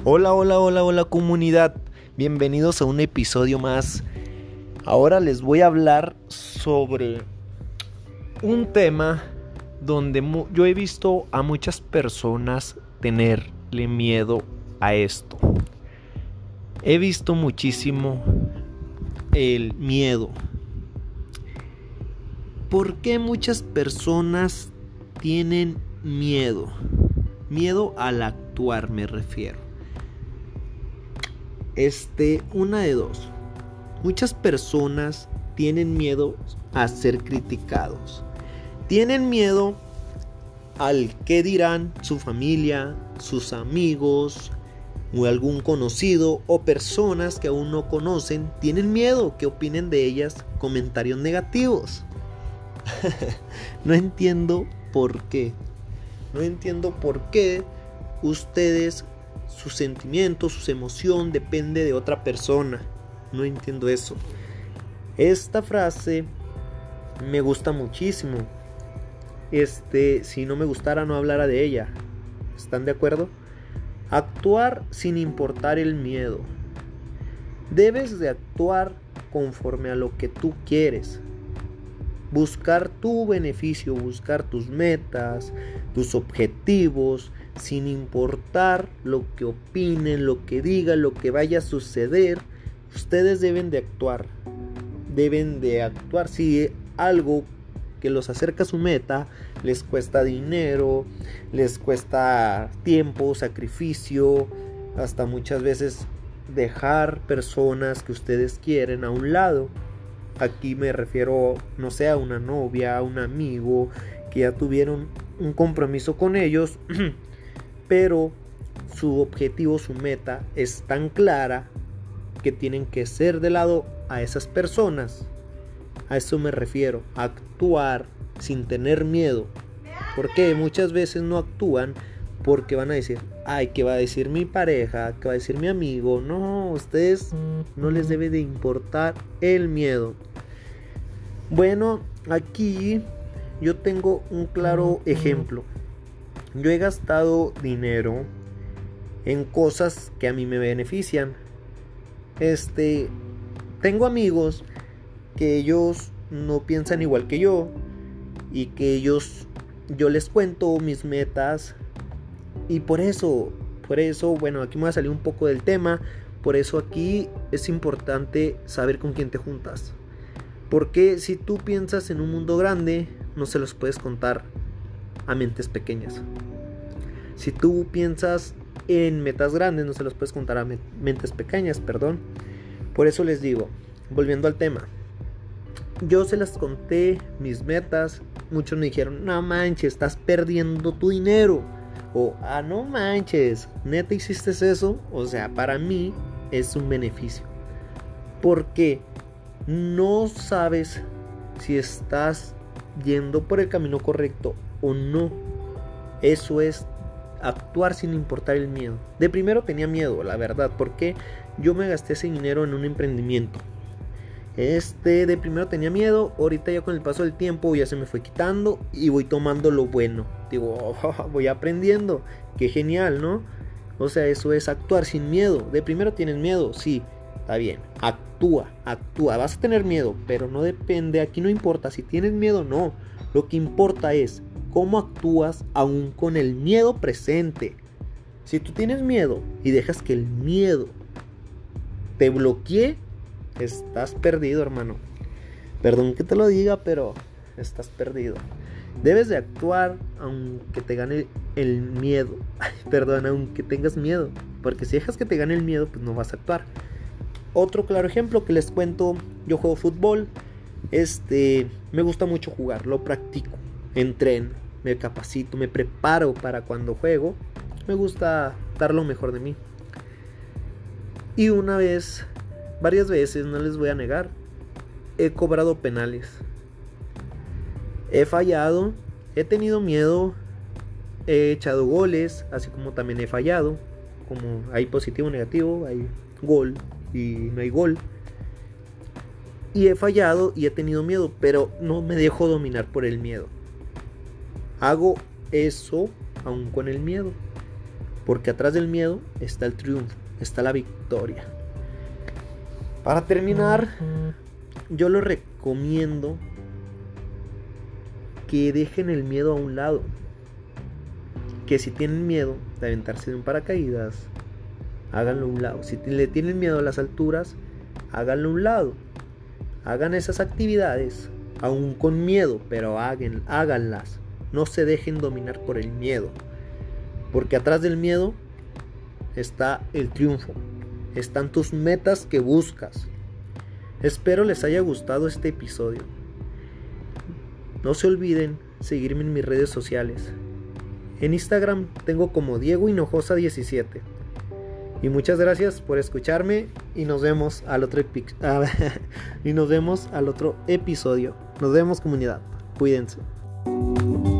Hola, hola, hola, hola comunidad. Bienvenidos a un episodio más. Ahora les voy a hablar sobre un tema donde yo he visto a muchas personas tenerle miedo a esto. He visto muchísimo el miedo. ¿Por qué muchas personas tienen miedo? Miedo al actuar, me refiero. Una de dos. Muchas personas tienen miedo a ser criticados. Tienen miedo al qué dirán su familia, sus amigos o algún conocido o personas que aún no conocen. Tienen miedo que opinen de ellas comentarios negativos. No entiendo por qué. No entiendo por qué ustedes, sus sentimientos, sus emociones depende de otra persona. No entiendo eso. Esta frase me gusta muchísimo. Si no me gustara, no hablara de ella. ¿Están de acuerdo? Actuar sin importar el miedo. Debes de actuar conforme a lo que tú quieres. Buscar tu beneficio, buscar tus metas, tus objetivos, sin importar lo que opinen, lo que digan, lo que vaya a suceder. Ustedes deben de actuar. Deben de actuar. Si algo que los acerca a su meta les cuesta dinero, les cuesta tiempo, sacrificio, hasta muchas veces dejar personas que ustedes quieren a un lado. Aquí me refiero, no sé, a una novia, a un amigo, que ya tuvieron un compromiso con ellos, pero su objetivo, su meta es tan clara que tienen que ser de lado a esas personas. A eso me refiero, actuar sin tener miedo. Porque muchas veces no actúan porque van a decir, ay, ¿qué va a decir mi pareja? ¿Qué va a decir mi amigo? No, a ustedes no les debe de importar el miedo. Bueno, aquí yo tengo un claro ejemplo. Yo he gastado dinero en cosas que a mí me benefician. Tengo amigos que ellos no piensan igual que yo y que yo les cuento mis metas y por eso, bueno, aquí me va a salir un poco del tema. Por eso aquí es importante saber con quién te juntas. Porque si tú piensas en un mundo grande, no se los puedes contar a mentes pequeñas. Si tú piensas en metas grandes, no se los puedes contar a mentes pequeñas, perdón. Por eso les digo, volviendo al tema, yo se las conté mis metas. Muchos me dijeron, no manches, estás perdiendo tu dinero. O, no manches, ¿neta hiciste eso? O sea, para mí es un beneficio. Porque no sabes si estás yendo por el camino correcto o no. Eso es actuar sin importar el miedo. De primero tenía miedo, la verdad, porque yo me gasté ese dinero en un emprendimiento. De primero tenía miedo, ahorita ya con el paso del tiempo ya se me fue quitando y voy tomando lo bueno. Digo, voy aprendiendo, qué genial, ¿no? O sea, eso es actuar sin miedo. De primero tienes miedo, sí, está bien, actúa, vas a tener miedo, pero no depende, aquí no importa si tienes miedo o no. Lo que importa es cómo actúas aún con el miedo presente. Si tú tienes miedo y dejas que el miedo te bloquee, estás perdido, hermano. Perdón que te lo diga, pero estás perdido. Debes de actuar aunque te gane el miedo. Aunque tengas miedo. Porque si dejas que te gane el miedo, pues no vas a actuar. Otro claro ejemplo que les cuento, yo juego fútbol. Me gusta mucho jugar, lo practico, entreno, me capacito, me preparo para cuando juego. Me gusta dar lo mejor de mí. Y varias veces, no les voy a negar, he cobrado penales. He fallado, he tenido miedo, he echado goles, así como también he fallado. Como hay positivo, negativo, hay gol y no hay gol. Y he fallado y he tenido miedo, pero no me dejo dominar por el miedo. Hago eso aún con el miedo. porque atrás del miedo está el triunfo, está la victoria. Para terminar, yo les recomiendo que dejen el miedo a un lado. Que si tienen miedo de aventarse de un paracaídas, háganlo a un lado. Si le tienen miedo a las alturas, háganlo a un lado. Hagan esas actividades, aún con miedo, pero háganlas. No se dejen dominar por el miedo, porque atrás del miedo está el triunfo. Están tus metas que buscas. Espero les haya gustado este episodio. No se olviden seguirme en mis redes sociales. En Instagram tengo como Diego Hinojosa 17. Y muchas gracias por escucharme y nos vemos al otro episodio. Nos vemos, comunidad. Cuídense.